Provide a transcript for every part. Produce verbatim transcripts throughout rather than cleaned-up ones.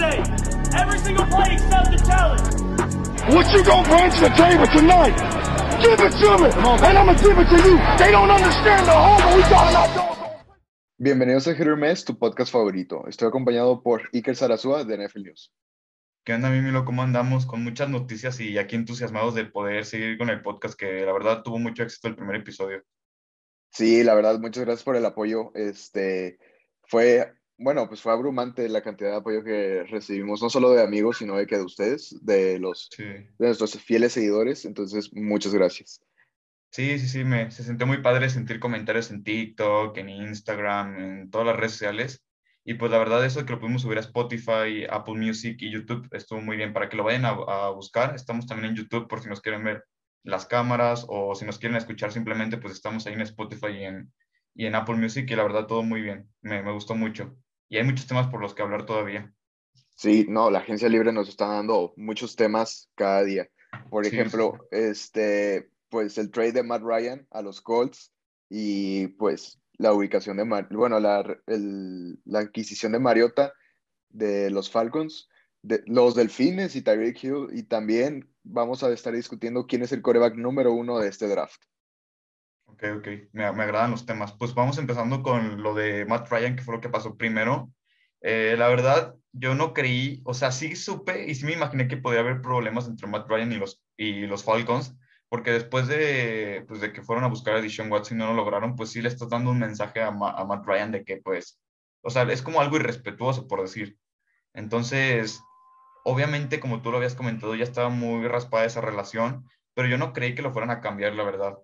day. Every single play except the challenge. What you gonna bring to the table tonight? Give it to me, and I'm gonna give it to you. They don't understand the hunger we got out there. Bienvenidos a Hermes, tu podcast favorito. Estoy acompañado por Iker Sarasúa de N F L News. ¿Qué onda, Mimilo? ¿Cómo andamos? Con muchas noticias y aquí entusiasmados de poder seguir con el podcast, que la verdad tuvo mucho éxito el primer episodio. Sí, la verdad, muchas gracias por el apoyo. Este, fue, bueno, pues fue abrumante la cantidad de apoyo que recibimos, no solo de amigos, sino de que de ustedes, de los, Sí, de nuestros fieles seguidores. Entonces, muchas gracias. sí, sí, sí me, se sintió muy padre sentir comentarios en TikTok, en Instagram, en todas las redes sociales. Y pues la verdad eso de que lo pudimos subir a Spotify, Apple Music y YouTube estuvo muy bien para que lo vayan a, a buscar. Estamos también en YouTube por si nos quieren ver las cámaras o si nos quieren escuchar simplemente, pues estamos ahí en Spotify y en, y en Apple Music y la verdad todo muy bien. Me, me gustó mucho. Y hay muchos temas por los que hablar todavía. Sí, no, la agencia libre nos está dando muchos temas cada día. Por Sí, sí, sí. ejemplo, este, pues el trade de Matt Ryan a los Colts y pues la ubicación de, Mar bueno, la, el- la adquisición de Mariota de los Falcons, de los Delfines y Tyreek Hill, y también vamos a estar discutiendo quién es el quarterback número uno de este draft. Ok, ok, me, me agradan los temas. Pues vamos empezando con lo de Matt Ryan, que fue lo que pasó primero. Eh, la verdad, yo no creí, o sea, sí supe y sí me imaginé que podría haber problemas entre Matt Ryan y los, y los Falcons, porque después de, pues, de que fueron a buscar a Deshaun Watson y no lo lograron, pues sí le estás dando un mensaje a, Ma- a Matt Ryan de que, pues, o sea, es como algo irrespetuoso, por decir. Entonces, obviamente, como tú lo habías comentado, ya estaba muy raspada esa relación, pero yo no creí que lo fueran a cambiar, la verdad.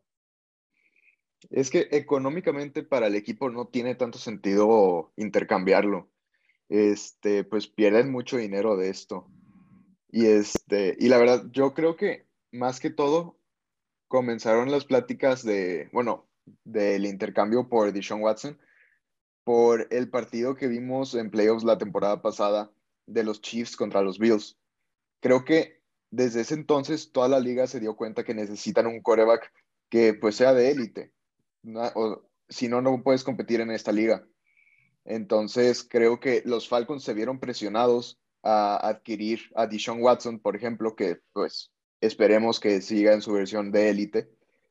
Es que económicamente para el equipo no tiene tanto sentido intercambiarlo. Este, pues pierden mucho dinero de esto. Y este, y la verdad, yo creo que más que todo comenzaron las pláticas de, bueno, del intercambio por Deshaun Watson por el partido que vimos en playoffs la temporada pasada de los Chiefs contra los Bills. Creo que desde ese entonces toda la liga se dio cuenta que necesitan un quarterback que pues sea de élite. ¿No? O, si no, no puedes competir en esta liga. Entonces creo que los Falcons se vieron presionados a adquirir a Deshaun Watson, por ejemplo, que pues esperemos que siga en su versión de élite,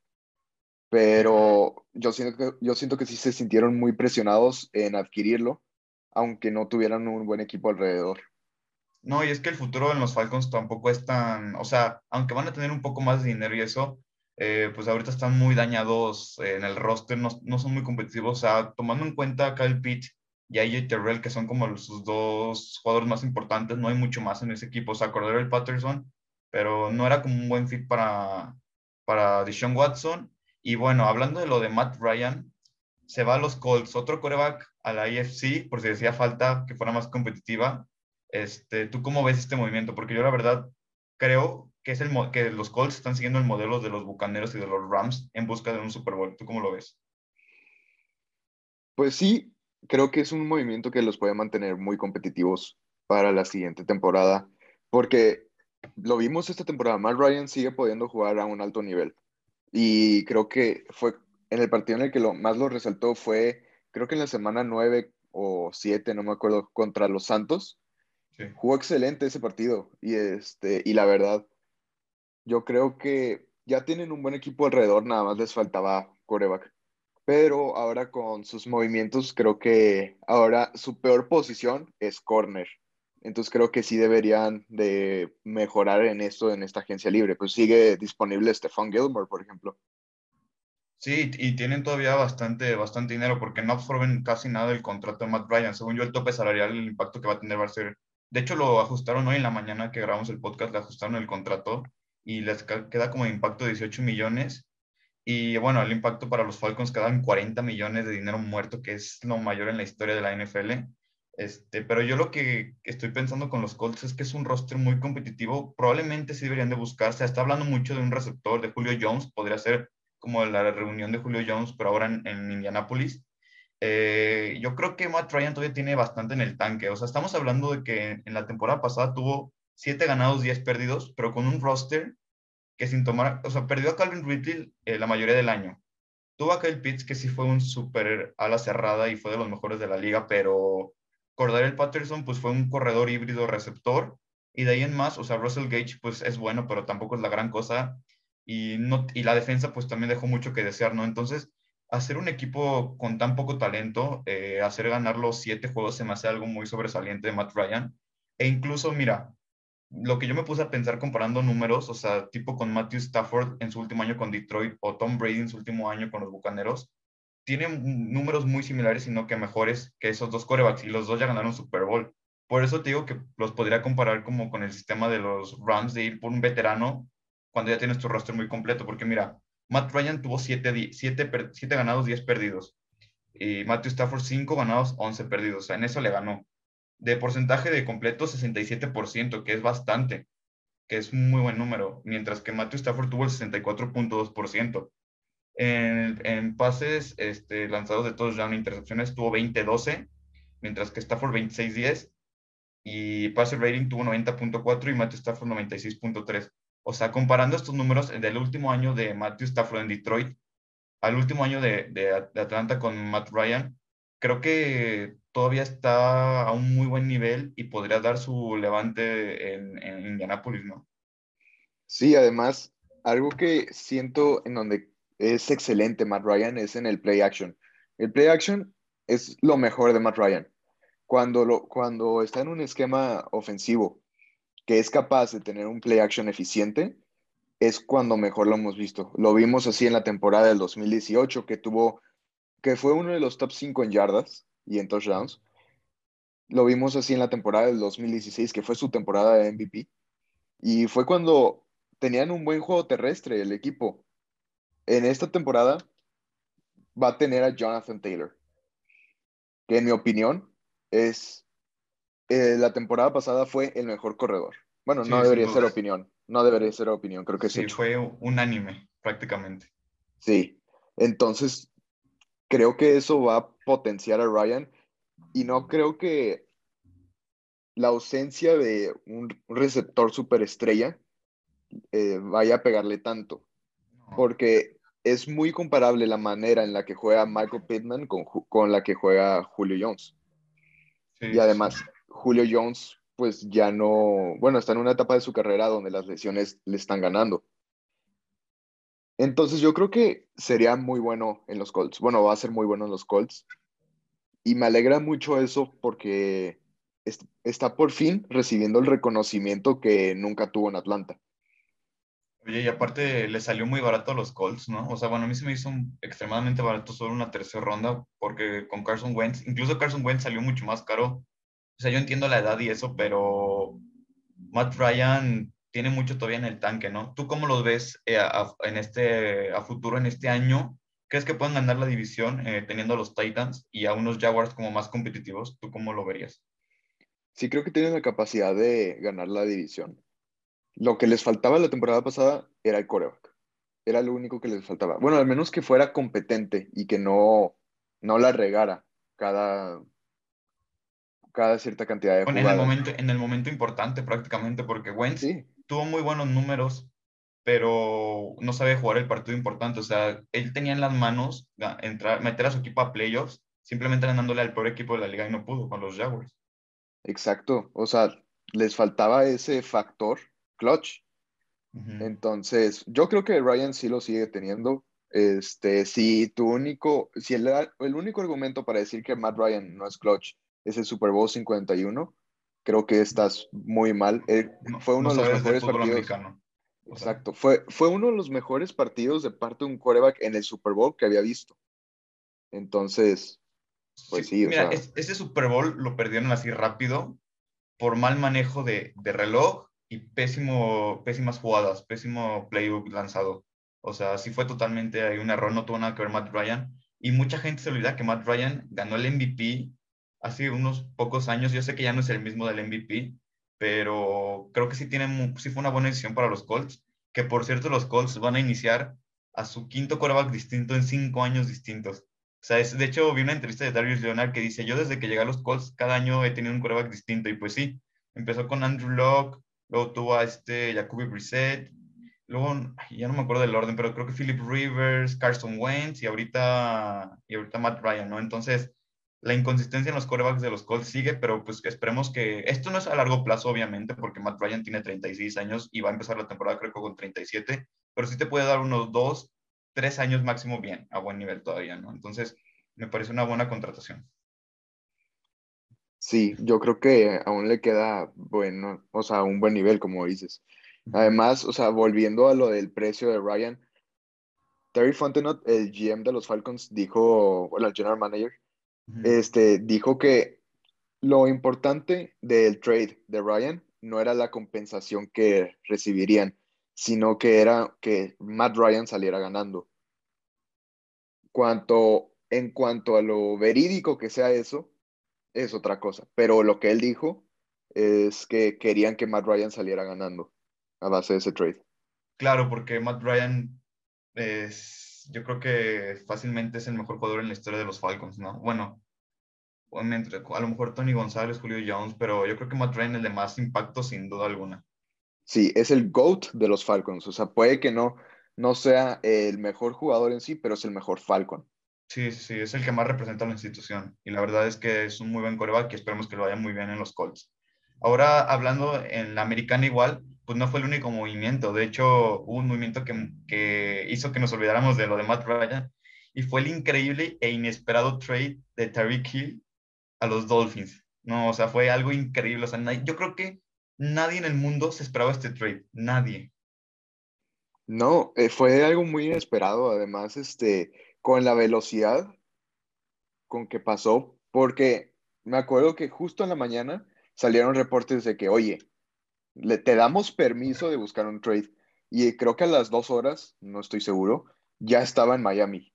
Sí. pero yo siento que, yo siento que sí se sintieron muy presionados en adquirirlo, aunque no tuvieran un buen equipo alrededor. No, y es que el futuro en los Falcons tampoco es tan, o sea, aunque van a tener un poco más de dinero y eso, eh, pues ahorita están muy dañados eh, en el roster, no, no son muy competitivos, o sea, tomando en cuenta a Kyle Pitts y a A J Terrell, que son como los- sus dos jugadores más importantes, no hay mucho más en ese equipo, o sea, Cordero Patterson, pero no era como un buen fit para, para Deshaun Watson, y bueno, hablando de lo de Matt Ryan, se va a los Colts, otro quarterback a la A F C, por si decía falta que fuera más competitiva. Este, ¿tú cómo ves este movimiento? Porque yo la verdad creo que, es el, mo- que los Colts están siguiendo el modelo de los Bucaneros y de los Rams en busca de un Super Bowl. ¿Tú cómo lo ves? Pues sí, creo que es un movimiento que los puede mantener muy competitivos para la siguiente temporada, porque lo vimos esta temporada, Matt Ryan sigue pudiendo jugar a un alto nivel. Y creo que fue en el partido en el que lo, más lo resaltó fue, creo que en la semana nueve o siete, no me acuerdo, contra los Santos. Sí. Jugó excelente ese partido. Y, este, y la verdad, yo creo que ya tienen un buen equipo alrededor, nada más les faltaba quarterback. Pero ahora con sus movimientos, creo que ahora su peor posición es corner. Entonces creo que sí deberían de mejorar en esto, en esta agencia libre. Pues sigue disponible Stephon Gilmore, por ejemplo. Sí, y tienen todavía bastante, bastante dinero porque no absorben casi nada del contrato de Matt Ryan. Según yo, el tope salarial, el impacto que va a tener va a ser. De hecho, lo ajustaron hoy en la mañana que grabamos el podcast, le ajustaron el contrato y les ca- queda como de impacto dieciocho millones. Y bueno, el impacto para los Falcons quedan cuarenta millones de dinero muerto, que es lo mayor en la historia de la N F L. Este, pero yo lo que estoy pensando con los Colts es que es un roster muy competitivo. Probablemente sí deberían de buscar. Se está hablando mucho de un receptor de Julio Jones. Podría ser como la reunión de Julio Jones, pero ahora en, en Indianapolis. Eh, yo creo que Matt Ryan todavía tiene bastante en el tanque. O sea, estamos hablando de que en, en la temporada pasada tuvo siete ganados, diez perdidos, pero con un roster que sin tomar, o sea, perdió a Calvin Ridley eh, la mayoría del año. Tuvo a Kyle Pitts, que sí fue un súper ala cerrada y fue de los mejores de la liga, pero Cordarrelle Patterson, pues fue un corredor híbrido receptor, y de ahí en más, o sea, Russell Gage, pues es bueno, pero tampoco es la gran cosa, y, no, y la defensa, pues también dejó mucho que desear, ¿no? Entonces, hacer un equipo con tan poco talento, eh, hacer ganar los siete juegos se me hace algo muy sobresaliente de Matt Ryan, e incluso, mira, lo que yo me puse a pensar comparando números, o sea, tipo con Matthew Stafford en su último año con Detroit, o Tom Brady en su último año con los Bucaneros, tienen números muy similares, sino que mejores que esos dos quarterbacks, y los dos ya ganaron Super Bowl. Por eso te digo que los podría comparar como con el sistema de los Rams de ir por un veterano cuando ya tienes tu roster muy completo, porque mira, Matt Ryan tuvo siete, siete, siete ganados, diez perdidos, y Matthew Stafford cinco ganados, once perdidos, o sea, en eso le ganó. De porcentaje de completo, sesenta y siete por ciento, que es bastante, que es un muy buen número, mientras que Matthew Stafford tuvo el sesenta y cuatro punto dos por ciento. En, en pases este, lanzados de touchdown, intercepciones, tuvo veinte doce, mientras que Stafford veintiséis diez, y passer rating tuvo noventa punto cuatro y Matthew Stafford noventa y seis punto tres. O sea, comparando estos números del último año de Matthew Stafford en Detroit al último año de, de, de Atlanta con Matt Ryan, creo que todavía está a un muy buen nivel y podría dar su levante en, en Indianapolis, ¿no? Sí, además, algo que siento en donde es excelente Matt Ryan es en el play action. El play action es lo mejor de Matt Ryan. Cuando, lo, cuando está en un esquema ofensivo que es capaz de tener un play action eficiente, es cuando mejor lo hemos visto. Lo vimos así en la temporada del dos mil dieciocho, que tuvo, que fue uno de los top cinco en yardas y en touchdowns. Lo vimos así en la temporada del dos mil dieciséis, que fue su temporada de M V P. Y fue cuando tenían un buen juego terrestre el equipo. En esta temporada va a tener a Jonathan Taylor, que en mi opinión es, eh, la temporada pasada fue el mejor corredor. Bueno, no Sí, sin debería ser dudas. opinión, no debería ser opinión, creo que es Sí, hecho. fue unánime prácticamente. Sí, entonces creo que eso va a potenciar a Ryan y no creo que la ausencia de un receptor superestrella eh, vaya a pegarle tanto, No, porque es muy comparable la manera en la que juega Michael Pittman con, Ju- con la que juega Julio Jones. Y sí, sí, sí. además, Julio Jones, pues ya no, bueno, está en una etapa de su carrera donde las lesiones le están ganando. Entonces yo creo que sería muy bueno en los Colts. Bueno, va a ser muy bueno en los Colts. Y me alegra mucho eso porque est- está por fin recibiendo el reconocimiento que nunca tuvo en Atlanta. Oye, y aparte le salió muy barato a los Colts, ¿no? O sea, bueno, a mí se me hizo un- extremadamente barato solo una tercera ronda, porque con Carson Wentz, incluso Carson Wentz salió mucho más caro. O sea, yo entiendo la edad y eso, pero Matt Ryan tiene mucho todavía en el tanque, ¿no? ¿Tú cómo los ves eh, a, en este, a futuro, en este año? ¿Crees que pueden ganar la división eh, teniendo a los Titans y a unos Jaguars como más competitivos? ¿Tú cómo lo verías? Sí creo que tienen la capacidad de ganar la división. Lo que les faltaba la temporada pasada era el quarterback. Era lo único que les faltaba. Bueno, al menos que fuera competente y que no, no la regara cada, cada cierta cantidad de Bueno, en el jugadas. momento, en el momento importante prácticamente, porque Wentz Sí, tuvo muy buenos números, pero no sabe jugar el partido importante. O sea, él tenía en las manos ga- entrar, meter a su equipo a playoffs, simplemente ganándole al peor equipo de la liga y no pudo con los Jaguars. exacto. O sea, les faltaba ese factor clutch. Ujú. Entonces, yo creo que Ryan sí lo sigue teniendo. Este, si tu único, si el, el único argumento para decir que Matt Ryan no es clutch es el Super Bowl cincuenta y uno, creo que estás muy mal. Él- No, fue no uno de los sabes de mejores fútbol partidos, americano. O sea, exacto, fue, fue uno de los mejores partidos de parte de un quarterback en el Super Bowl que había visto. Entonces, pues sí, sí, o mira, sea, es- ese Super Bowl lo perdieron así rápido por mal manejo de, de reloj y pésimo, pésimas jugadas, pésimo playbook lanzado. O sea, sí fue totalmente ahí un error, no tuvo nada que ver Matt Ryan. Y mucha gente se olvida que Matt Ryan ganó el M V P hace unos pocos años. Yo sé que ya no es el mismo del M V P, pero creo que sí, tiene, mu- sí fue una buena decisión para los Colts. Que por cierto, los Colts van a iniciar a su quinto quarterback distinto en cinco años distintos. O sea, es, de hecho, vi una entrevista de Darius Leonard que dice, yo desde que llegué a los Colts, cada año he tenido un quarterback distinto. Y pues sí, empezó con Andrew Locke, luego tuvo a este Jacoby Brissett, luego, ay, ya no me acuerdo del orden, pero creo que Philip Rivers, Carson Wentz y ahorita, y ahorita Matt Ryan, ¿no? Entonces, La inconsistencia en los quarterbacks de los Colts sigue, pero pues esperemos que... Esto no es a largo plazo, obviamente, porque Matt Ryan tiene treinta y seis años y va a empezar la temporada creo que con treinta y siete, pero sí te puede dar unos dos, tres años máximo bien, a buen nivel todavía, ¿no? Entonces, me parece una buena contratación. Sí, yo creo que aún le queda bueno, o sea, un buen nivel, como dices. Ujú. Además, o sea, volviendo a lo del precio de Ryan, Terry Fontenot, el G M de los Falcons, dijo, bueno, el general manager, Ujú. este, dijo que lo importante del trade de Ryan no era la compensación que recibirían, sino que era que Matt Ryan saliera ganando. Cuanto, en cuanto a lo verídico que sea eso, es otra cosa. Pero lo que él dijo es que querían que Matt Ryan saliera ganando a base de ese trade. Claro, porque Matt Ryan es, yo creo que fácilmente es el mejor jugador en la historia de los Falcons, ¿no? Bueno, obviamente, a lo mejor Tony González, Julio Jones, pero yo creo que Matt Ryan es el de más impacto sin duda alguna. Sí, es el GOAT de los Falcons. O sea, puede que no, no sea el mejor jugador en sí, pero es el mejor Falcon. Sí, sí, sí, es el que más representa a la institución. Y la verdad es que es un muy buen coreback y esperemos que lo vaya muy bien en los Colts. Ahora, hablando en la americana igual, pues no fue el único movimiento. De hecho, hubo un movimiento que, que hizo que nos olvidáramos de lo de Matt Ryan y fue el increíble e inesperado trade de Tyreek Hill a los Dolphins. No, o sea, fue algo increíble. O sea, nadie- yo creo que nadie en el mundo se esperaba este trade. Nadie. No, eh, fue algo muy inesperado. Además, este, con la velocidad con que pasó, porque me acuerdo que justo en la mañana salieron reportes de que, oye, le, te damos permiso de buscar un trade. Y creo que a las dos horas, no estoy seguro, ya estaba en Miami.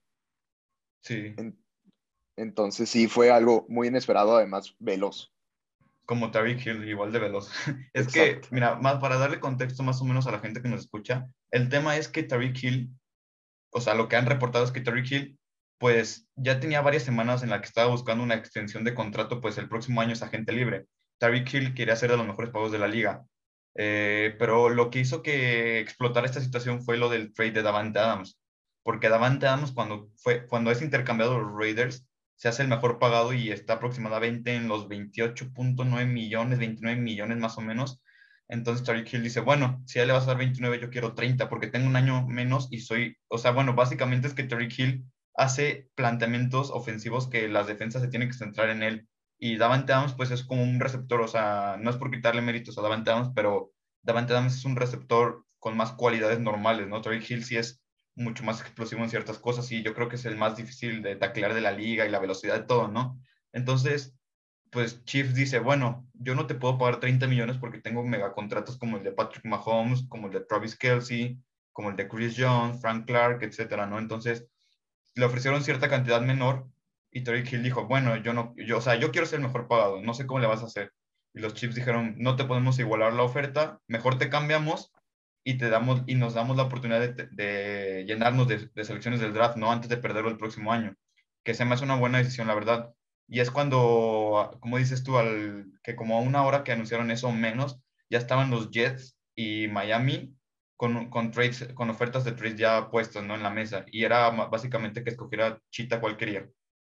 Sí. En- entonces sí fue algo muy inesperado, además veloz. Como Tariq Hill, igual de veloz. Es que, Exacto. mira, más para darle contexto más o menos a la gente que nos escucha, el tema es que Tariq Hill, o sea, lo que han reportado es que Tariq Hill, pues ya tenía varias semanas en la que estaba buscando una extensión de contrato, pues el próximo año es agente libre. Tariq Hill quería ser de los mejores pagos de la liga. Eh, pero lo que hizo que explotara esta situación fue lo del trade de Davante Adams, porque Davante Adams cuando, fue, cuando es intercambiado a los Raiders, se hace el mejor pagado y está aproximadamente en los veintiocho punto nueve millones, veintinueve millones más o menos. Entonces Tariq Hill dice, bueno, si a él le vas a dar veintinueve, yo quiero treinta porque tengo un año menos y soy, o sea, bueno, básicamente es que Tariq Hill hace planteamientos ofensivos que las defensas se tienen que centrar en él. Y Davante Adams, pues es como un receptor, o sea, no es por quitarle méritos a Davante Adams, pero Davante Adams es un receptor con más cualidades normales, ¿no? Tariq Hill sí es mucho más explosivo en ciertas cosas y yo creo que es el más difícil de taclear de la liga y la velocidad de todo, ¿no? Entonces, pues Chiefs dice, bueno, yo no te puedo pagar treinta millones porque tengo megacontratos como el de Patrick Mahomes, como el de Travis Kelce, como el de Chris Jones, Frank Clark, etcétera, ¿no? Entonces, le ofrecieron cierta cantidad menor y Tyreek Hill dijo, bueno, yo no, yo, o sea, yo quiero ser el mejor pagado, no sé cómo le vas a hacer. Y los Chiefs dijeron, no te podemos igualar la oferta, mejor te cambiamos y te damos y nos damos la oportunidad de, de llenarnos de, de, selecciones del draft, no antes de perderlo el próximo año, que se me hace una buena decisión, la verdad. Y es cuando, como dices tú, al, que como a una hora que anunciaron eso menos, ya estaban los Jets y Miami con, con, trades, con ofertas de trades ya puestas, ¿no? En la mesa. Y era básicamente que escogiera Chita cual quería.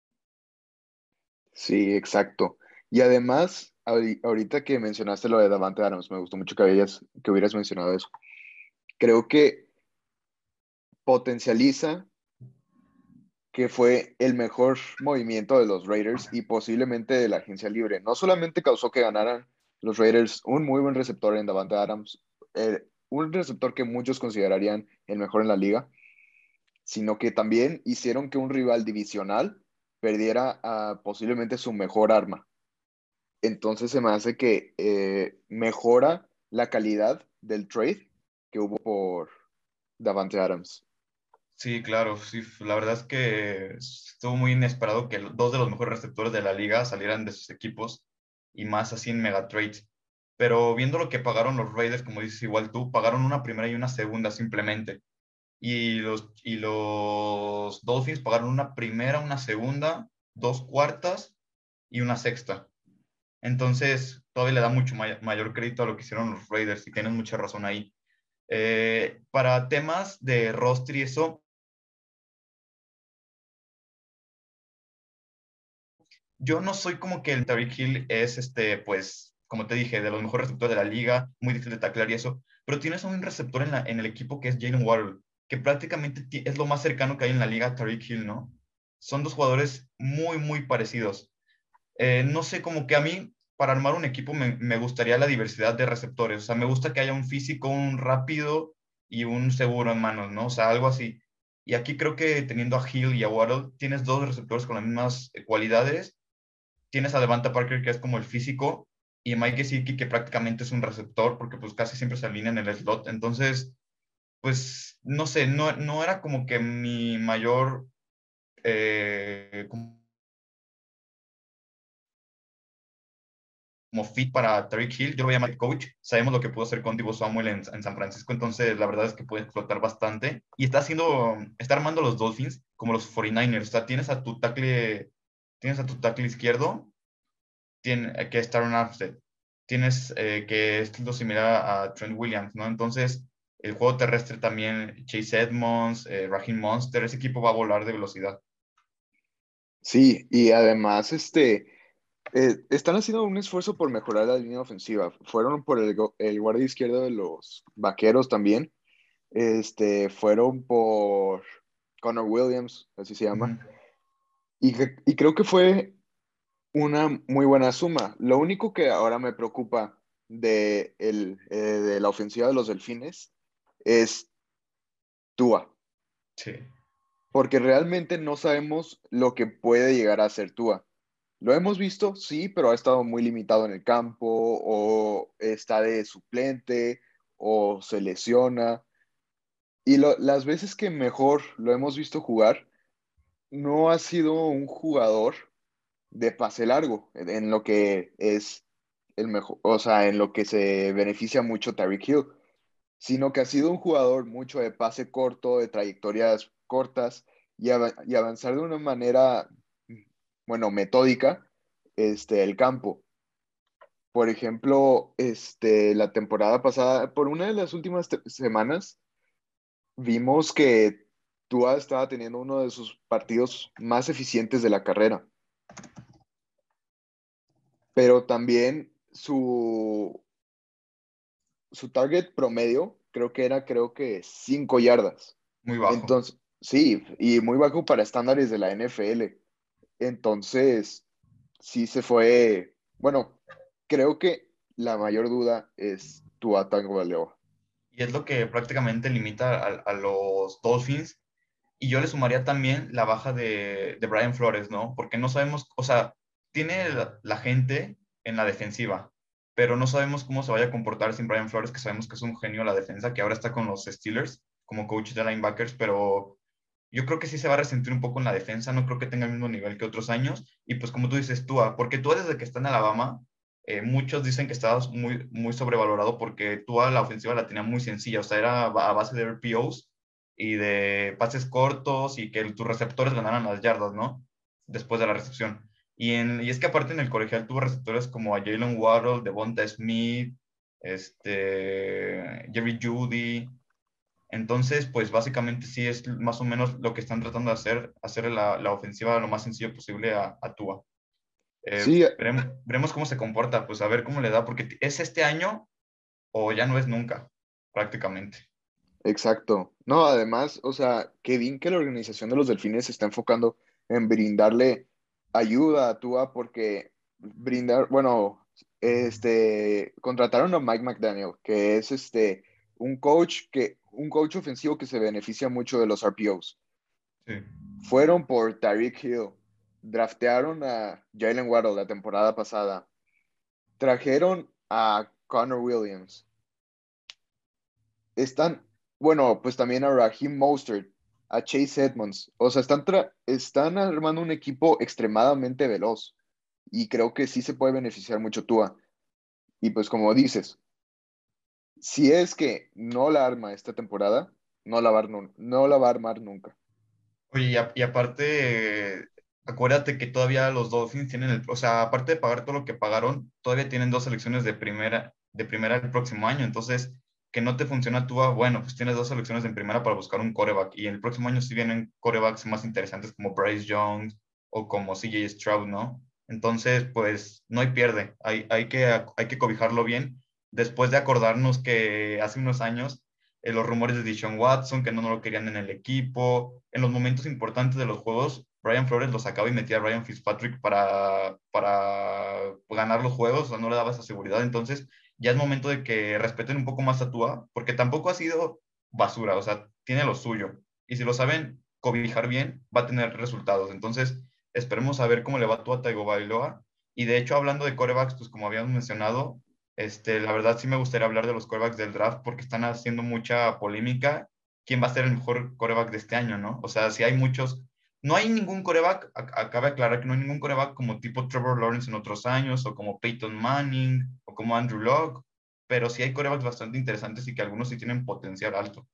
Sí, exacto. Y además, ahori- ahorita que mencionaste lo de Davante Adams, me gustó mucho que, hayas, que hubieras mencionado eso. Creo que potencializa que fue el mejor movimiento de los Raiders y posiblemente de la agencia libre. No solamente causó que ganaran los Raiders un muy buen receptor en Davante Adams, eh, un receptor que muchos considerarían el mejor en la liga, sino que también hicieron que un rival divisional perdiera a posiblemente su mejor arma. Entonces se me hace que eh, mejora la calidad del trade que hubo por Davante Adams. Sí, claro, sí, la verdad es que estuvo muy inesperado que dos de los mejores receptores de la liga salieran de sus equipos y más así en mega trades. Pero viendo lo que pagaron los Raiders, como dices igual tú, pagaron una primera y una segunda simplemente. Y los, y los Dolphins pagaron una primera, una segunda, dos cuartas y una sexta. Entonces, todavía le da mucho may- mayor crédito a lo que hicieron los Raiders y tienes mucha razón ahí. Eh, para temas de roster y eso, yo no soy como que el Tyreek Hill es, este, pues, como te dije, de los mejores receptores de la liga, muy difícil de taclear y eso, pero tienes a un receptor en, la, en el equipo que es Jalen Waddle, que prácticamente es lo más cercano que hay en la liga a Tyreek Hill, ¿no? Son dos jugadores muy, muy parecidos. Eh, no sé, como que a mí, para armar un equipo, me, me gustaría la diversidad de receptores. O sea, me gusta que haya un físico, un rápido y un seguro en manos, ¿no? O sea, algo así. Y aquí creo que teniendo a Hill y a Waddle, tienes dos receptores con las mismas eh, cualidades. Tienes a Devonta Parker, que es como el físico, y a Mike Gesicki, que prácticamente es un receptor, porque pues casi siempre se alinea en el slot. Entonces, pues, no sé, no, no era como que mi mayor... eh, como como fit para Tyreek Hill. Yo lo voy a llamar coach. Sabemos lo que pudo hacer con Divo Samuel en, en, San Francisco, entonces la verdad es que puede explotar bastante. Y está haciendo, está armando los Dolphins como los cuarenta y nueve ers. O sea, tienes a tu tackle, tienes a tu tackle izquierdo, tiene, eh, que es Taron Armstead. Tienes eh, que es lo similar a Trent Williams, ¿no? Entonces, el juego terrestre también, Chase Edmonds, eh, Raheem Monster, ese equipo va a volar de velocidad. Sí, y además, este, eh, están haciendo un esfuerzo por mejorar la línea ofensiva. Fueron por el, go- el guardia izquierdo de los Vaqueros también. Este, fueron por Connor Williams, así se llama. Uh-huh. Y, que- y creo que fue una muy buena suma. Lo único que ahora me preocupa de, el, eh, de la ofensiva de los Delfines es Tua, Sí, porque realmente no sabemos lo que puede llegar a ser Tua. Lo hemos visto, sí, pero ha estado muy limitado en el campo o está de suplente o se lesiona. Y lo- las veces que mejor lo hemos visto jugar, no ha sido un jugador de pase largo, en en lo que es el mejor, o sea, en lo que se beneficia mucho Tyreek Hill, sino que ha sido un jugador mucho de pase corto, de trayectorias cortas y, av- y avanzar de una manera, bueno, metódica, este, el campo. Por ejemplo, este, la temporada pasada, por una de las últimas te- semanas, vimos que Tua estaba teniendo uno de sus partidos más eficientes de la carrera, pero también su, su target promedio creo que era, creo que cinco yardas. muy bajo. Entonces, sí, y muy bajo para estándares de la N F L. Entonces, sí se fue, bueno, creo que la mayor duda es Tua Tagovailoa. Y es lo que prácticamente limita a, a los Dolphins. Y yo le sumaría también la baja de, de Brian Flores, ¿no? Porque no sabemos, o sea, tiene la, la gente en la defensiva, pero no sabemos cómo se vaya a comportar sin Brian Flores, que sabemos que es un genio a la defensa, que ahora está con los Steelers como coach de linebackers, pero yo creo que sí se va a resentir un poco en la defensa, no creo que tenga el mismo nivel que otros años. Y pues como tú dices, Tua, porque Tua desde que está en Alabama, eh, muchos dicen que estaba muy, muy sobrevalorado porque Tua la ofensiva la tenía muy sencilla, o sea, era a base de R P Os y de pases cortos y que tus receptores ganaran las yardas, ¿no? Después de la recepción. Y, en, y es que aparte en el colegial tuvo receptores como a Jalen Waddle, Devonta Smith, este, Jerry Jeudy. Entonces, pues básicamente sí es más o menos lo que están tratando de hacer, hacer la, la ofensiva lo más sencillo posible a, a Tua. Eh, Sí, veremos, veremos cómo se comporta, pues a ver cómo le da, porque es este año o ya no es nunca, prácticamente. exacto. No, además, o sea, qué bien que la organización de los Delfines se está enfocando en brindarle ayuda a Tua porque brindar, bueno, este, contrataron a Mike McDaniel, que es este, un coach que, un coach ofensivo que se beneficia mucho de los R P Os. Sí. Fueron por Tyreek Hill, draftearon a Jalen Waddle la temporada pasada, trajeron a Connor Williams. Están, bueno, pues también a Raheem Mostert, a Chase Edmonds. O sea, están, tra- están armando un equipo extremadamente veloz. Y creo que sí se puede beneficiar mucho Tua. Y pues como dices, si es que no la arma esta temporada, no la va a, ar- no la va a armar nunca. Oye, y, a- y aparte, eh, acuérdate que todavía los Dolphins tienen el, o sea, aparte de pagar todo lo que pagaron, todavía tienen dos selecciones de primera, de primera el próximo año. Entonces, que no te funciona tú, ah, bueno, pues tienes dos selecciones en primera para buscar un coreback. Y el próximo año sí vienen corebacks más interesantes como Bryce Young o como C J Stroud, ¿no? Entonces, pues no hay pierde, hay, hay que, hay que cobijarlo bien. Después de acordarnos que hace unos años eh, los rumores de Deshaun Watson, que no, no lo querían en el equipo, en los momentos importantes de los juegos, Brian Flores lo sacaba y metía a Ryan Fitzpatrick para, para ganar los juegos, o sea, no le daba esa seguridad. Entonces, ya es momento de que respeten un poco más a Tua, porque tampoco ha sido basura, o sea, tiene lo suyo. Y si lo saben cobijar bien, va a tener resultados. Entonces, esperemos a ver cómo le va a Tua Tagovailoa. Y de hecho, hablando de quarterbacks, pues como habíamos mencionado, este, la verdad sí me gustaría hablar de los quarterbacks del draft porque están haciendo mucha polémica. ¿Quién va a ser el mejor quarterback de este año, no? O sea, si hay muchos, no hay ningún quarterback, acaba de aclarar que no hay ningún quarterback como tipo Trevor Lawrence en otros años, o como Peyton Manning, o como Andrew Luck, pero sí hay quarterbacks bastante interesantes y que algunos sí tienen potencial alto.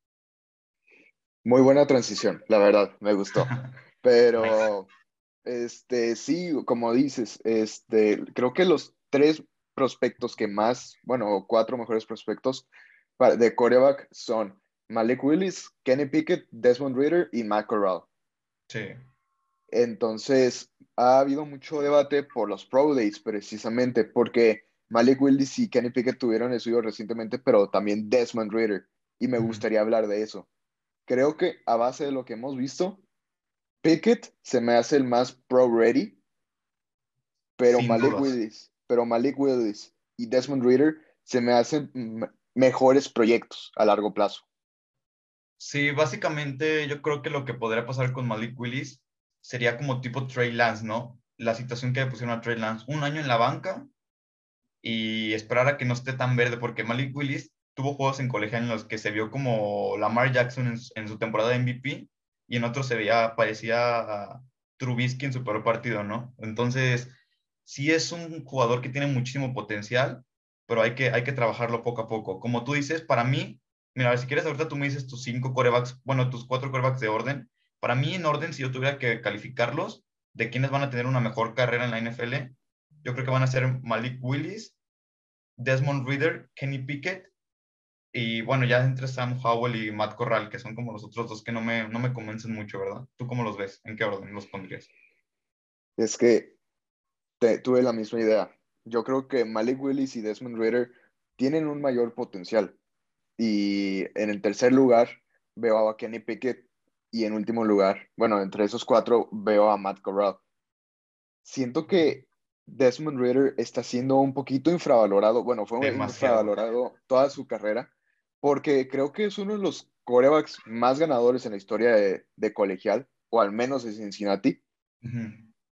Muy buena transición, la verdad, me gustó. Nice. Pero, este, sí, como dices, este, creo que los tres prospectos que más, bueno, o cuatro mejores prospectos pa- de quarterback son Malik Willis, Kenny Pickett, Desmond Ridder y Matt Corral. Sí. Entonces, ha habido mucho debate por los Pro Days, precisamente, porque Malik Willis y Kenny Pickett tuvieron el suyo recientemente, pero también Desmond Ridder, y me Ujú. gustaría hablar de eso. Creo que a base de lo que hemos visto, Pickett se me hace el más pro-ready, pero Sin Malik dudas. Willis, pero Malik Willis y Desmond Ridder se me hacen mm, mejores proyectos a largo plazo. Sí, básicamente yo creo que lo que podría pasar con Malik Willis sería como tipo Trey Lance, ¿no? La situación que le pusieron a Trey Lance, un año en la banca y esperar a que no esté tan verde, porque Malik Willis tuvo juegos en colegio en los que se vio como Lamar Jackson en, su en su temporada de M V P y en otros se veía, parecía a Trubisky en su peor partido, ¿no? Entonces, sí es un jugador que tiene muchísimo potencial, pero hay que, hay que trabajarlo poco a poco. Como tú dices, para mí, mira, si quieres ahorita tú me dices tus cinco corebacks, bueno, tus cuatro corebacks de orden. Para mí, en orden, si yo tuviera que calificarlos, de quiénes van a tener una mejor carrera en la N F L, yo creo que van a ser Malik Willis, Desmond Ridder, Kenny Pickett y bueno, ya entre Sam Howell y Matt Corral, que son como los otros dos que no me, no me convencen mucho, ¿verdad? ¿Tú cómo los ves? ¿En qué orden los pondrías? Es que te- tuve la misma idea. Yo creo que Malik Willis y Desmond Ridder tienen un mayor potencial. Y en el tercer lugar veo a Kenny Pickett y en último lugar, bueno, entre esos cuatro veo a Matt Corral. Siento que Desmond Ridder está siendo un poquito infravalorado. Bueno, fue Demasiado. infravalorado toda su carrera porque creo que es uno de los quarterbacks más ganadores en la historia de, de colegial, o al menos de Cincinnati. Ujú.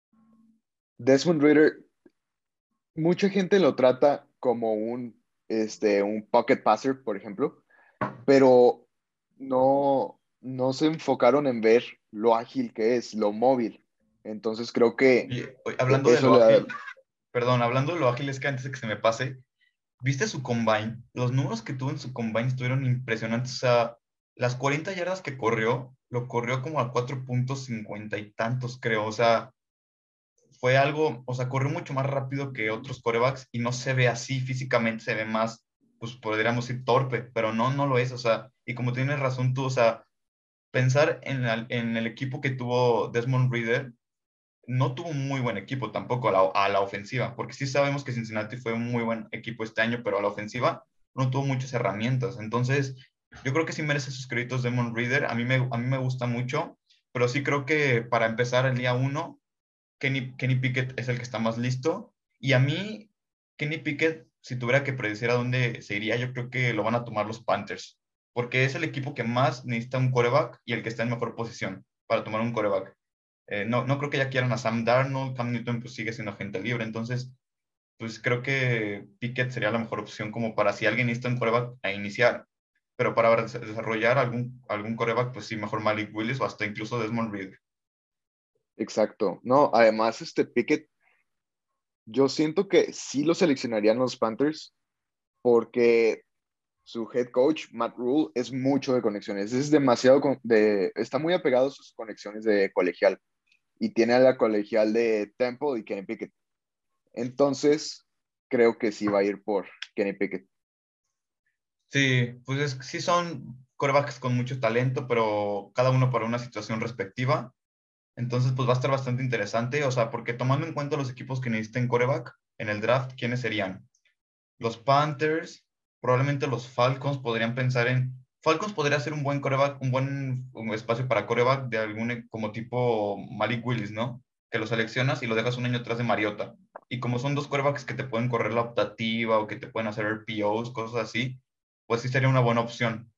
Desmond Ridder, mucha gente lo trata como un, este, un pocket passer, por ejemplo, pero no, no se enfocaron en ver lo ágil que es, lo móvil. Entonces creo que Y, oye, e- hablando de eso lo le da. ágil, perdón, hablando de lo ágil, es que antes de que se me pase, ¿viste su combine? Los números que tuvo en su combine estuvieron impresionantes. O sea, las cuarenta yardas que corrió, lo corrió como a cuatro puntos cincuenta y tantos, creo. O sea, fue algo, o sea, corrió mucho más rápido que otros corebacks y no se ve así físicamente, se ve más, pues podríamos decir torpe, pero no, no lo es. O sea, y como tienes razón tú, o sea, pensar en, la- en el equipo que tuvo Desmond Ridder, no tuvo un muy buen equipo tampoco a la, a la ofensiva, porque sí sabemos que Cincinnati fue un muy buen equipo este año, pero a la ofensiva no tuvo muchas herramientas. Entonces, yo creo que sí merece sus créditos Demon Reader. A mí me, a mí me gusta mucho, pero sí creo que para empezar el día uno, Kenny, Kenny Pickett es el que está más listo. Y a mí, Kenny Pickett, si tuviera que predecir a dónde se iría, yo creo que lo van a tomar los Panthers, porque es el equipo que más necesita un quarterback y el que está en mejor posición para tomar un quarterback. Eh, no, no creo que ya quieran a Sam Darnold, Cam Newton pues sigue siendo agente libre, entonces pues creo que Pickett sería la mejor opción como para si alguien necesita un quarterback a iniciar, pero para des- desarrollar algún, algún quarterback, pues sí, mejor Malik Willis o hasta incluso Desmond Reed. Exacto. No, además, este Pickett, yo siento que sí lo seleccionarían los Panthers porque su head coach, Matt Rule, es mucho de conexiones. Es demasiado con- de, está muy apegado a sus conexiones de colegial y tiene a la colegial de Temple y Kenny Pickett. Entonces, creo que sí va a ir por Kenny Pickett. Sí, pues es- sí son quarterbacks con mucho talento, pero cada uno para una situación respectiva. Entonces, pues va a estar bastante interesante, o sea, porque tomando en cuenta los equipos que necesiten quarterback en el draft, ¿quiénes serían? Los Panthers, probablemente los Falcons podrían pensar en... Falcons podría ser un buen quarterback, un buen un espacio para quarterback de algún e- como tipo Malik Willis, ¿no? Que lo seleccionas y lo dejas un año atrás de Mariota. Y como son dos quarterbacks que te pueden correr la optativa o que te pueden hacer R P Os, cosas así, pues sí sería una buena opción.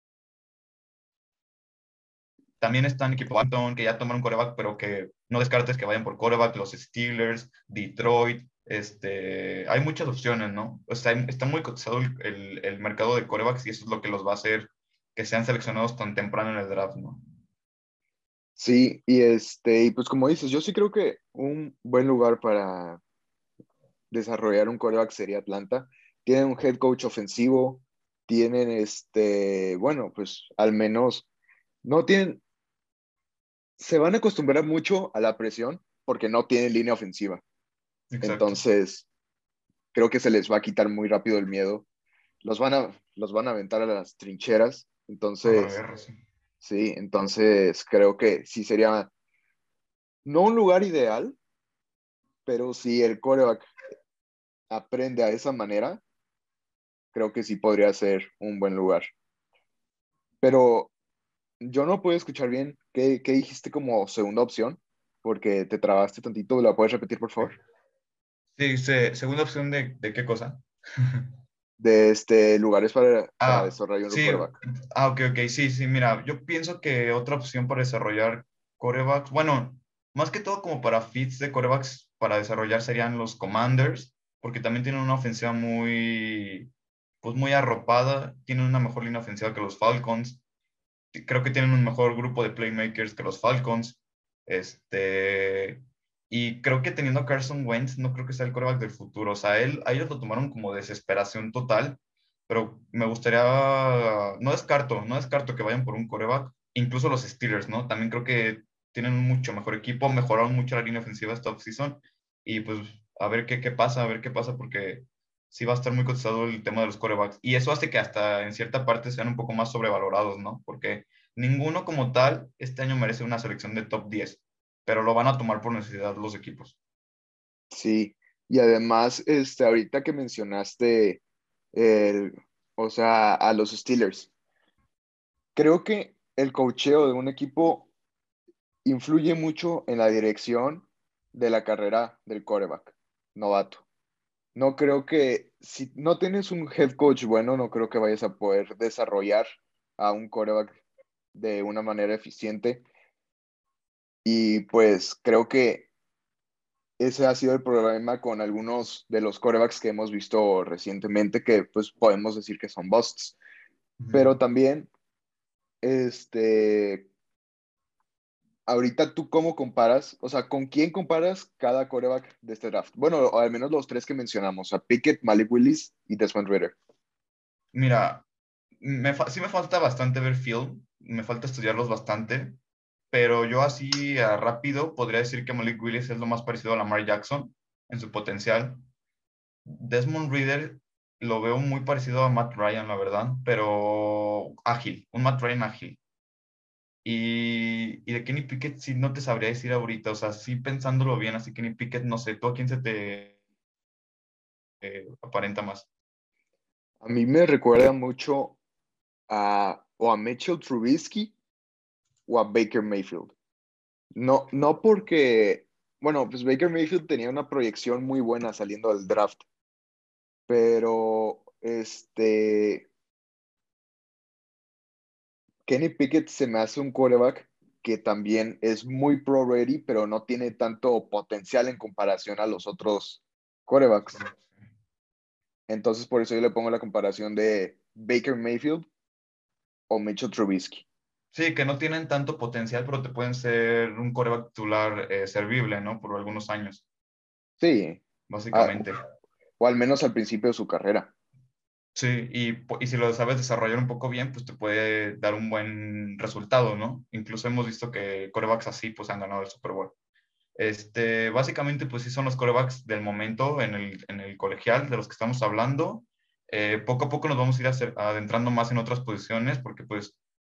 También están equipo Washington, que ya tomaron coreback, pero que no descartes que vayan por coreback, los Steelers, Detroit, este, hay muchas opciones, ¿no? O sea, está muy cotizado el, el, el mercado de corebacks y eso es lo que los va a hacer que sean seleccionados tan temprano en el draft, ¿no? Sí, y este, y pues como dices, yo sí creo que un buen lugar para desarrollar un quarterback sería Atlanta. Tienen un head coach ofensivo, tienen este, bueno, pues al menos no tienen, se van a acostumbrar mucho a la presión porque no tienen línea ofensiva. Exacto. Entonces, creo que se les va a quitar muy rápido el miedo. Los van a, los van a aventar a las trincheras. A la Entonces, guerra, sí. sí, entonces creo que sí sería no un lugar ideal, pero si el quarterback aprende a esa manera, creo que sí podría ser un buen lugar. Pero yo no puedo escuchar bien qué, qué dijiste como segunda opción, porque te trabaste tantito. ¿La puedes repetir, por favor? Sí, se- segunda opción de, de qué cosa. De este, lugares para, para Ah, desarrollar un sí, quarterback. ah, ok, ok, sí, sí, mira, yo pienso que otra opción para desarrollar corebacks, bueno, más que todo como para fits de corebacks para desarrollar serían los Commanders, porque también tienen una ofensiva muy, pues muy arropada, tienen una mejor línea ofensiva que los Falcons, creo que tienen un mejor grupo de playmakers que los Falcons. Este, y creo que teniendo a Carson Wentz, no creo que sea el quarterback del futuro. O sea, él, a ellos lo tomaron como desesperación total, pero me gustaría, no descarto, no descarto que vayan por un quarterback, incluso los Steelers, ¿no? También creo que tienen un mucho mejor equipo, mejoraron mucho la línea ofensiva esta offseason, y pues a ver qué, qué pasa, a ver qué pasa, porque sí va a estar muy cotizado el tema de los quarterbacks. Y eso hace que hasta en cierta parte sean un poco más sobrevalorados, ¿no? Porque ninguno como tal este año merece una selección de top diez, pero lo van a tomar por necesidad los equipos. Sí, y además, este, ahorita que mencionaste, el, o sea, a los Steelers, creo que el coacheo de un equipo influye mucho en la dirección de la carrera del quarterback novato. No creo que, si no tienes un head coach bueno, no creo que vayas a poder desarrollar a un quarterback de una manera eficiente. Y pues creo que ese ha sido el problema con algunos de los quarterbacks que hemos visto recientemente, que pues podemos decir que son busts. Ujú. Pero también, este, ahorita tú cómo comparas, o sea, ¿con quién comparas cada quarterback de este draft? Bueno, o al menos los tres que mencionamos, a Pickett, Malik Willis y Desmond Ridder. Mira, me fa- sí me falta bastante ver film, me falta estudiarlos bastante, pero yo así a rápido podría decir que Malik Willis es lo más parecido a Lamar Jackson en su potencial. Desmond Ridder lo veo muy parecido a Matt Ryan, la verdad, pero ágil, un Matt Ryan ágil. Y, y de Kenny Pickett sí no te sabría decir ahorita, o sea, sí pensándolo bien, así Kenny Pickett, no sé, ¿tú a quién se te eh, aparenta más? A mí me recuerda mucho a o a Mitchell Trubisky o a Baker Mayfield. No, no porque, bueno, pues Baker Mayfield tenía una proyección muy buena saliendo del draft, pero este, Kenny Pickett se me hace un quarterback que también es muy pro ready, pero no tiene tanto potencial en comparación a los otros quarterbacks. Correcto. Entonces, por eso yo le pongo la comparación de Baker Mayfield o Mitchell Trubisky. Sí, que no tienen tanto potencial, pero te pueden ser un coreback titular eh, servible, ¿no? Por algunos años, Sí, a- básicamente. o al menos al principio de su carrera. Sí, y, po- y si lo sabes desarrollar un poco bien, pues te puede dar un buen resultado, ¿no? Incluso hemos visto que corebacks así, pues han ganado el Super Bowl. Este, básicamente, pues sí son los corebacks del momento en el, en el colegial de los que estamos hablando. Eh, poco a poco nos vamos a ir acer- adentrando más en otras posiciones porque pues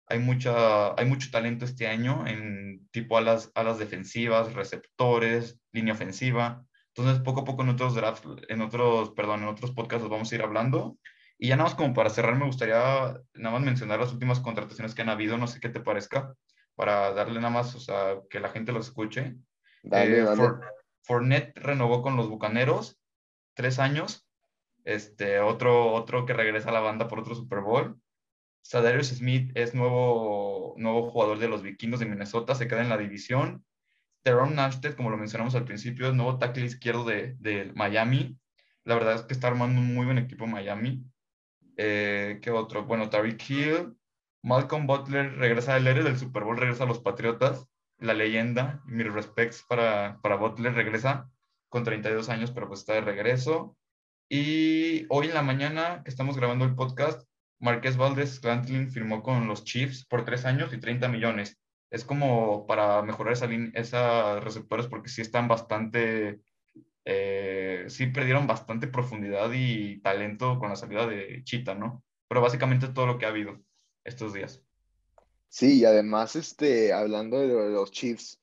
Hay, mucha, hay mucho talento este año en tipo alas, alas defensivas, receptores, línea ofensiva. Entonces, poco a poco en otros drafts, en otros, perdón, en otros podcasts los vamos a ir hablando. Y ya nada más como para cerrar, me gustaría nada más mencionar las últimas contrataciones que han habido, no sé qué te parezca, para darle nada más, o sea, que la gente lo escuche. Dale, Eh, dale. For, Fournette renovó con los Bucaneros, tres años. Este, otro, otro que regresa a la banda por otro Super Bowl. Sadarius Smith es nuevo, nuevo jugador de los Vikingos de Minnesota, se queda en la división. Teron Armstead, como lo mencionamos al principio, es nuevo tackle izquierdo de, de Miami. La verdad es que está armando un muy buen equipo Miami. Eh, ¿Qué otro? Bueno, Tyreek Hill, Malcolm Butler regresa, el héroe del Super Bowl regresa a los Patriotas, la leyenda, mis respects para, para Butler, regresa con treinta y dos años, pero pues está de regreso. Y hoy en la mañana que estamos grabando el podcast, Marqués Valdez-Scantling firmó con los Chiefs por tres años y treinta millones. Es como para mejorar esa esas receptores porque sí están bastante, eh, sí perdieron bastante profundidad y talento con la salida de Cheetah, ¿no? Pero básicamente todo lo que ha habido estos días. Sí, y además, este, hablando de los Chiefs,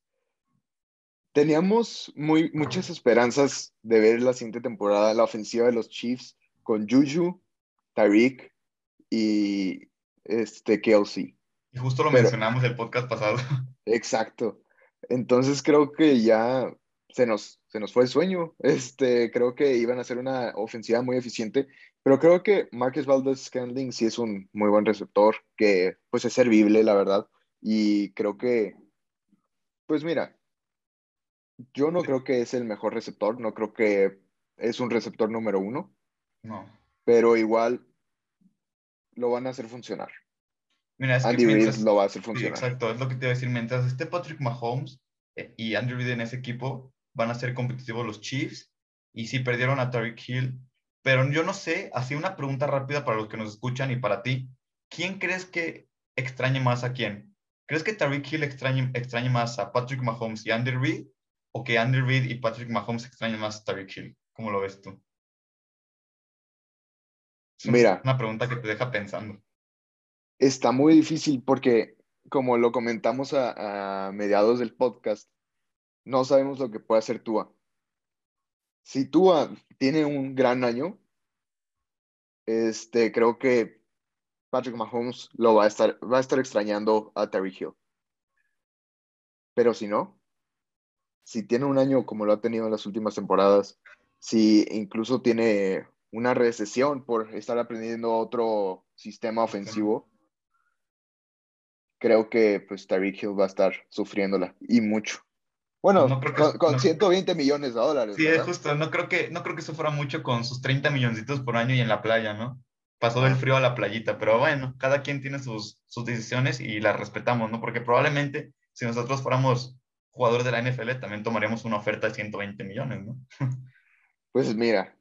teníamos muy, muchas esperanzas de ver la siguiente temporada la ofensiva de los Chiefs con Juju, Tyreek y este Kelsey. Y justo lo Pero, mencionamos el podcast pasado. exacto. Entonces creo que ya se nos, se nos fue el sueño. Este, creo que iban a ser una ofensiva muy eficiente, pero creo que Marcus Valdez-Scantling sí es un muy buen receptor, que pues es servible, la verdad. Y creo que, pues mira, yo no creo que es el mejor receptor, no creo que es un receptor número uno, No. pero igual lo van a hacer funcionar. Mira, es que Andy Reid mientras, lo va a hacer sí, funcionar. exacto, es lo que te iba a decir, mientras esté Patrick Mahomes eh, y Andrew Reid en ese equipo, van a ser competitivos los Chiefs, y sí perdieron a Tyreek Hill, pero yo no sé, así una pregunta rápida para los que nos escuchan y para ti, ¿quién crees que extrañe más a quién? ¿Crees que Tyreek Hill extrañe, extrañe más a Patrick Mahomes y Andy Reid, o que Andy Reid y Patrick Mahomes extrañen más a Tyreek Hill? ¿Cómo lo ves tú? Es Mira, una pregunta que te deja pensando. está muy difícil porque, como lo comentamos a, a mediados del podcast, no sabemos lo que puede hacer Tua. Si Tua tiene un gran año, este, creo que Patrick Mahomes lo va a estar, va a estar extrañando a Tyreek Hill. Pero si no, si tiene un año como lo ha tenido en las últimas temporadas, si incluso tiene una recesión por estar aprendiendo otro sistema ofensivo, creo que pues Tyreek Hill va a estar sufriéndola y mucho. Pues Bueno, no creo que, con, con no, ciento veinte millones de dólares, sí, es ¿verdad? justo, no creo que, no creo que sufra mucho con sus treinta milloncitos por año y en la playa, ¿no? Pasó del Ajá. frío a la playita, pero bueno, cada quien tiene sus, sus decisiones y las respetamos, ¿no? Porque probablemente si nosotros fuéramos jugadores de la N F L también tomaríamos una oferta de ciento veinte millones, ¿no? Pues mira,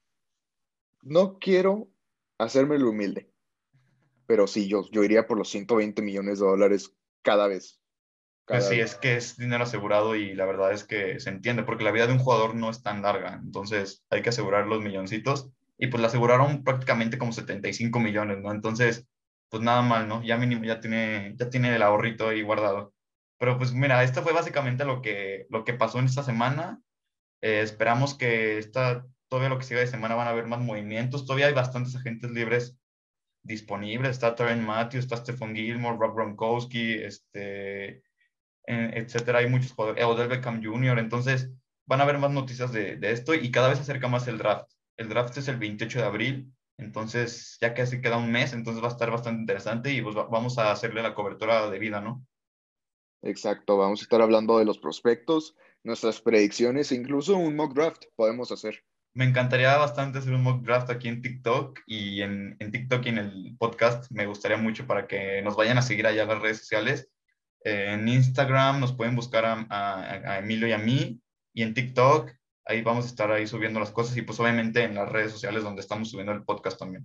no quiero hacerme lo humilde, pero sí, yo, yo iría por los ciento veinte millones de dólares cada vez, Pues cada sí, es vez. que es dinero asegurado y la verdad es que se entiende, porque la vida de un jugador no es tan larga, entonces hay que asegurar los milloncitos y pues le aseguraron prácticamente como setenta y cinco millones, ¿no? Entonces, pues nada mal, ¿no? Ya mínimo ya tiene, ya tiene el ahorrito ahí guardado. Pero pues mira, esto fue básicamente lo que, lo que pasó en esta semana. Eh, esperamos que esta, todavía lo que siga de semana van a haber más movimientos, todavía hay bastantes agentes libres disponibles, está Tyrann Matthew, está Stephon Gilmore, Rob Gronkowski, este eh, etcétera. Hay muchos jugadores, eh, Odell Beckham junior Entonces, van a haber más noticias de, de esto y cada vez se acerca más el draft. El draft es el veintiocho de abril, entonces ya casi queda un mes, entonces va a estar bastante interesante y pues va- vamos a hacerle la cobertura debida, ¿no? Exacto, vamos a estar hablando de los prospectos, nuestras predicciones e incluso un mock draft podemos hacer. Me encantaría bastante hacer un mock draft aquí en TikTok y en, en TikTok y en el podcast. Me gustaría mucho para que nos vayan a seguir allá en las redes sociales. Eh, en Instagram nos pueden buscar a, a- a Emilio y a mí, y en TikTok ahí vamos a estar ahí subiendo las cosas y pues obviamente en las redes sociales donde estamos subiendo el podcast también.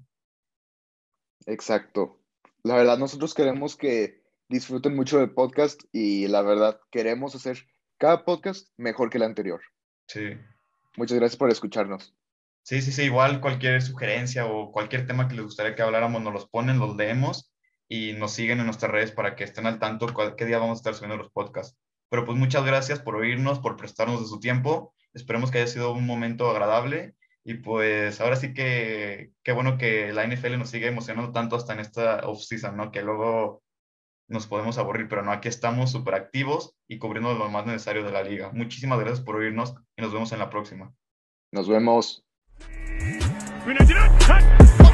Exacto. La verdad, nosotros queremos que disfruten mucho del podcast y la verdad, queremos hacer cada podcast mejor que el anterior. Sí. Muchas gracias por escucharnos. Sí, sí, sí, igual cualquier sugerencia o cualquier tema que les gustaría que habláramos nos los ponen, los leemos y nos siguen en nuestras redes para que estén al tanto qué día vamos a estar subiendo los podcasts. Pero pues muchas gracias por oírnos, por prestarnos de su tiempo. Esperemos que haya sido un momento agradable y pues ahora sí que qué bueno que la N F L nos sigue emocionando tanto hasta en esta off-season, ¿no? Que luego nos podemos aburrir, pero no, aquí estamos súper activos y cubriendo lo más necesario de la liga. Muchísimas gracias por oírnos y nos vemos en la próxima. Nos vemos. United,